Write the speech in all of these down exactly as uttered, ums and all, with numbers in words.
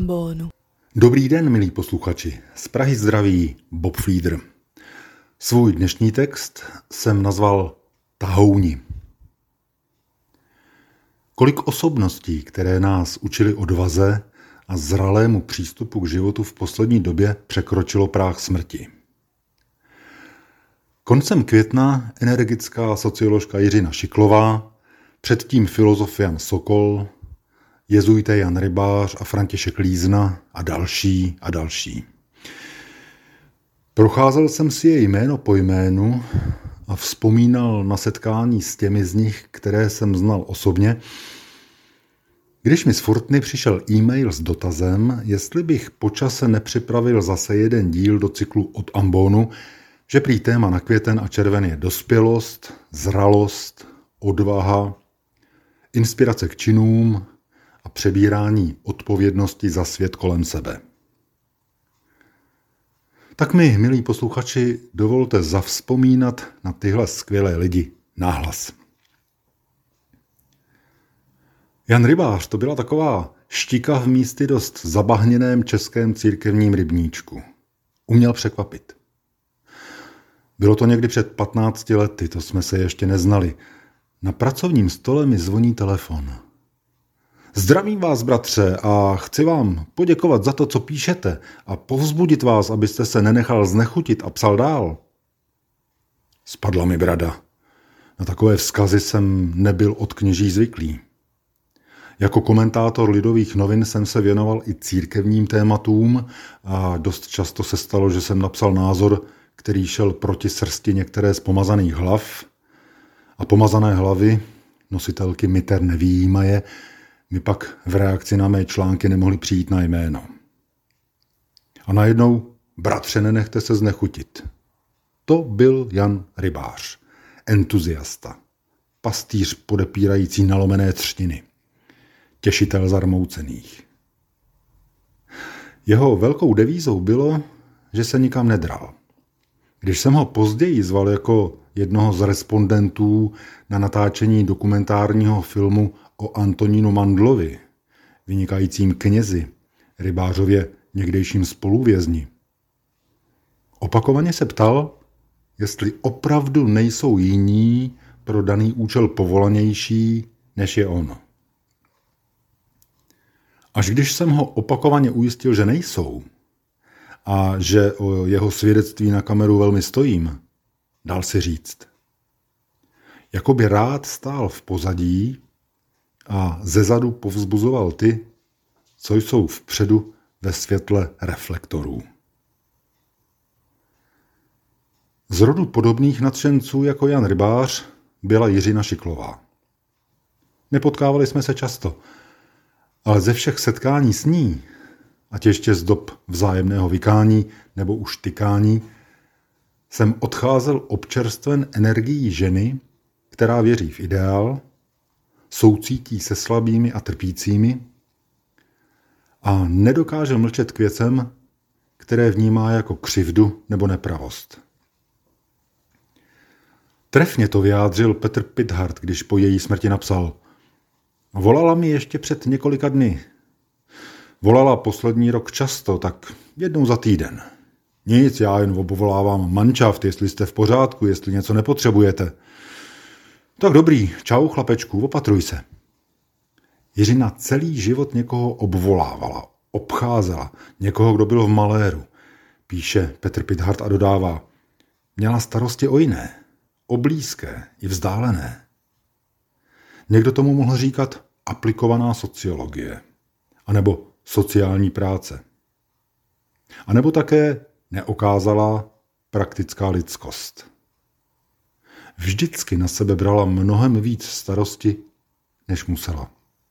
ambonu. Dobrý den, milí posluchači. Z Prahy zdraví Bob Fiedler. Svůj dnešní text jsem nazval Tahouni. Kolik osobností, které nás učili odvaze a zralému přístupu k životu v poslední době, překročilo práh smrti. Koncem května energická socioložka Jiřina Šiklová, předtím filozof Jan Sokol, jezuité Jan Rybář a František Lízna a další a další. Procházel jsem si je jméno po jménu a vzpomínal na setkání s těmi z nich, které jsem znal osobně, když mi z Fortny přišel e-mail s dotazem, jestli bych po čase nepřipravil zase jeden díl do cyklu Od ambonu, že prý téma na květen a červen je dospělost, zralost, odvaha, inspirace k činům a přebírání odpovědnosti za svět kolem sebe. Tak mi, milí posluchači, dovolte zavzpomínat na tyhle skvělé lidi nahlas. Jan Rybář to byla taková štika v místy dost zabahněném českém církevním rybníčku. Uměl překvapit. Bylo to někdy před patnácti lety, to jsme se ještě neznali. Na pracovním stole mi zvoní telefon. Zdravím vás, bratře, a chci vám poděkovat za to, co píšete a povzbudit vás, abyste se nenechal znechutit a psal dál. Spadla mi brada. Na takové vzkazy jsem nebyl od kněží zvyklý. Jako komentátor Lidových novin jsem se věnoval i církevním tématům a dost často se stalo, že jsem napsal názor, který šel proti srsti některé z pomazaných hlav, a pomazané hlavy, nositelky miter nevyjímaje, mi pak v reakci na mé články nemohli přijít na jméno. A najednou, bratře, nenechte se znechutit. To byl Jan Rybář, entuziasta, pastýř podepírající nalomené třtiny, těšitel zarmoucených. Jeho velkou devízou bylo, že se nikam nedral. Když jsem ho později zval jako jednoho z respondentů na natáčení dokumentárního filmu o Antonínu Mandlovi, vynikajícím knězi, Rybářově někdejším spoluvězni, opakovaně se ptal, jestli opravdu nejsou jiní pro daný účel povolanější, než je on. Až když jsem ho opakovaně ujistil, že nejsou, a že o jeho svědectví na kameru velmi stojím, dal si říct. Jakoby rád stál v pozadí a zezadu povzbuzoval ty, co jsou vpředu ve světle reflektorů. Z rodu podobných nadšenců jako Jan Rybář byla Jiřina Šiklová. Nepotkávali jsme se často, ale ze všech setkání s ní, ať ještě z dob vzájemného vykání nebo už tykání, jsem odcházel občerstven energií ženy, která věří v ideál, soucítí se slabými a trpícími a nedokáže mlčet k věcem, které vnímá jako křivdu nebo nepravost. Trefně to vyjádřil Petr Pithart, když po její smrti napsal: Volala mi ještě před několika dny. Volala poslední rok často, tak jednou za týden. Nic, já jen obvolávám manšaft, jestli jste v pořádku, jestli něco nepotřebujete. Tak dobrý, čau chlapečku, opatruj se. Jiřina celý život někoho obvolávala, obcházela, někoho, kdo byl v maléru. Píše Petr Pithart a dodává: Měla starosti o jiné, o blízké i vzdálené. Někdo tomu mohl říkat aplikovaná sociologie, anebo sociální práce. A nebo také neokázalá praktická lidskost. Vždycky na sebe brala mnohem víc starosti, než musela.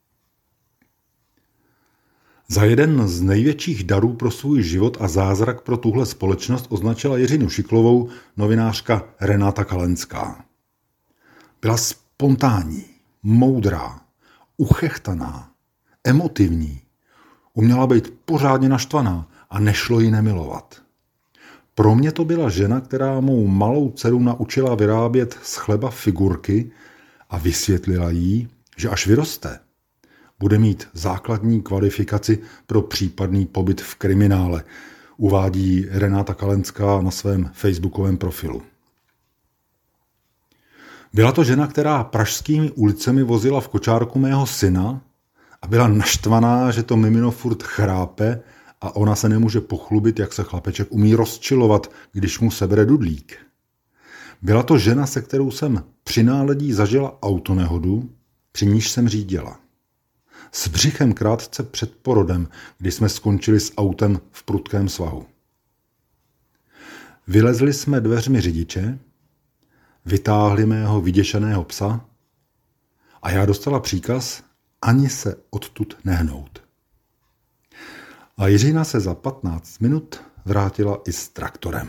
Za jeden z největších darů pro svůj život a zázrak pro tuhle společnost označila Jiřinu Šiklovou novinářka Renáta Kalenská. Byla spontánní, moudrá, uchechtaná, emotivní. Uměla být pořádně naštvaná a nešlo ji nemilovat. Pro mě to byla žena, která mou malou dceru naučila vyrábět z chleba figurky a vysvětlila jí, že až vyroste, bude mít základní kvalifikaci pro případný pobyt v kriminále, uvádí Renáta Kalenská na svém facebookovém profilu. Byla to žena, která pražskými ulicemi vozila v kočárku mého syna a byla naštvaná, že to mimino furt chrápe a ona se nemůže pochlubit, jak se chlapeček umí rozčilovat, když mu sebere dudlík. Byla to žena, se kterou jsem při náledí zažila autonehodu, při níž jsem řídila. S břichem krátce před porodem, kdy jsme skončili s autem v prudkém svahu. Vylezli jsme dveřmi řidiče, vytáhli mého vyděšeného psa a já dostala příkaz ani se odtud nehnout. A Jiřina se za patnáct minut vrátila i s traktorem.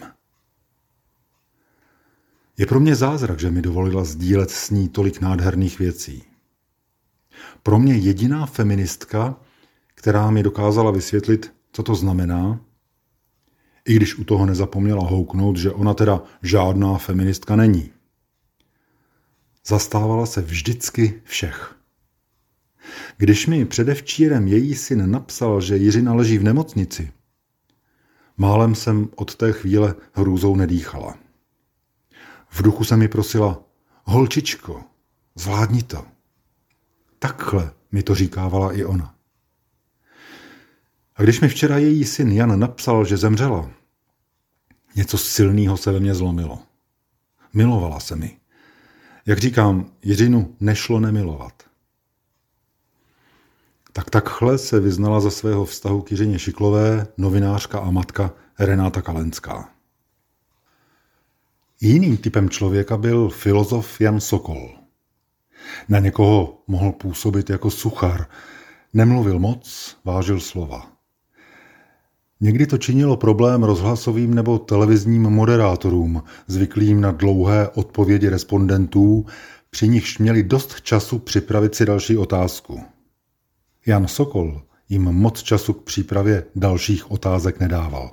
Je pro mě zázrak, že mi dovolila sdílet s ní tolik nádherných věcí. Pro mě jediná feministka, která mi dokázala vysvětlit, co to znamená, i když u toho nezapomněla houknout, že ona teda žádná feministka není. Zastávala se vždycky všech. Když mi předevčírem její syn napsal, že Jiřina leží v nemocnici, málem jsem od té chvíle hrůzou nedýchala. V duchu se mi prosila, holčičko, zvládni to. Takhle mi to říkávala i ona. A když mi včera její syn Jan napsal, že zemřela, něco silného se ve mně zlomilo. Milovala se mi. Jak říkám, Jiřinu nešlo nemilovat. Tak takhle se vyznala za svého vztahu k Jiřině Šiklové novinářka a matka Renáta Kalenská. Jiným typem člověka byl filozof Jan Sokol. Na někoho mohl působit jako suchar. Nemluvil moc, vážil slova. Někdy to činilo problém rozhlasovým nebo televizním moderátorům, zvyklým na dlouhé odpovědi respondentů, při nichž měli dost času připravit si další otázku. Jan Sokol jim moc času k přípravě dalších otázek nedával.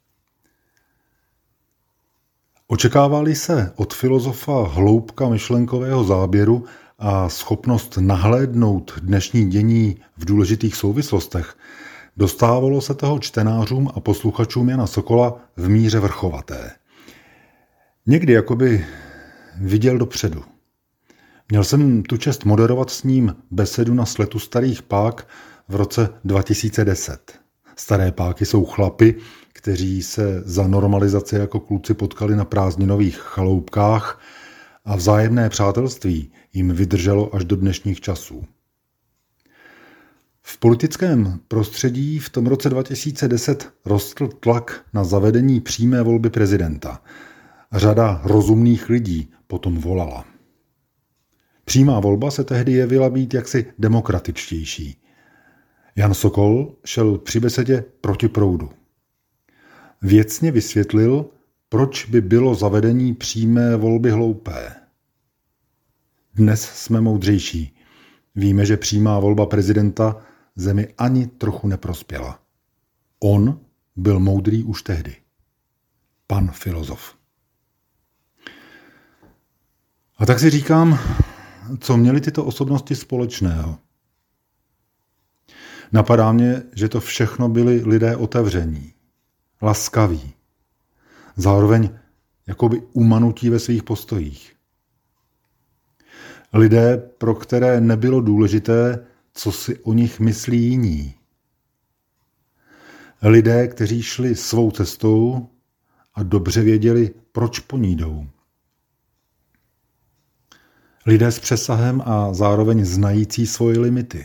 Očekávali se od filozofa hloubka myšlenkového záběru a schopnost nahlédnout dnešní dění v důležitých souvislostech, dostávalo se toho čtenářům a posluchačům Jana Sokola v míře vrchovaté. Někdy jakoby viděl dopředu. Měl jsem tu čest moderovat s ním besedu na sletu starých pák v roce dva tisíce deset. Staré páky jsou chlapi, kteří se za normalizace jako kluci potkali na prázdninových chaloupkách a vzájemné přátelství jim vydrželo až do dnešních časů. V politickém prostředí v tom roce dva tisíce deset rostl tlak na zavedení přímé volby prezidenta. Řada rozumných lidí potom volala. Přímá volba se tehdy jevila být jaksi demokratičtější. Jan Sokol šel při besedě proti proudu. Věcně vysvětlil, proč by bylo zavedení přímé volby hloupé. Dnes jsme moudřejší. Víme, že přímá volba prezidenta zemi ani trochu neprospěla. On byl moudrý už tehdy. Pan filozof. A tak si říkám, co měly tyto osobnosti společného. Napadá mě, že to všechno byli lidé otevření, laskaví, zároveň jakoby umanutí ve svých postojích. Lidé, pro které nebylo důležité, co si o nich myslí jiní. Lidé, kteří šli svou cestou a dobře věděli, proč po ní jdou. Lidé s přesahem a zároveň znající svoje limity.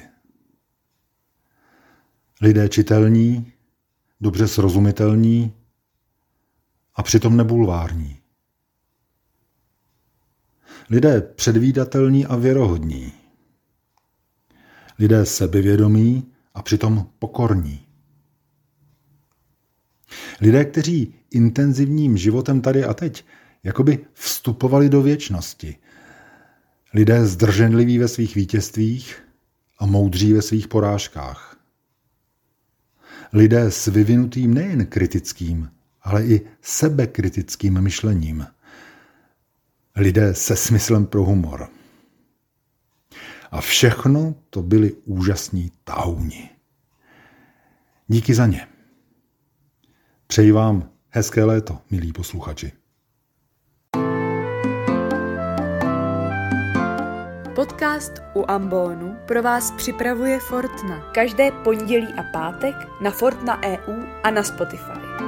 Lidé čitelní, dobře srozumitelní a přitom nebulvární. Lidé předvídatelní a věrohodní. Lidé sebevědomí a přitom pokorní. Lidé, kteří intenzivním životem tady a teď jakoby vstupovali do věčnosti. Lidé zdrženliví ve svých vítězstvích a moudří ve svých porážkách. Lidé s vyvinutým nejen kritickým, ale i sebekritickým myšlením. Lidé se smyslem pro humor. A všechno to byli úžasní tahouni. Díky za ně. Přeji vám hezké léto, milí posluchači. Podcast u Ambonu pro vás připravuje Fortna. Každé pondělí a pátek na Fortna tečka e u a na Spotify.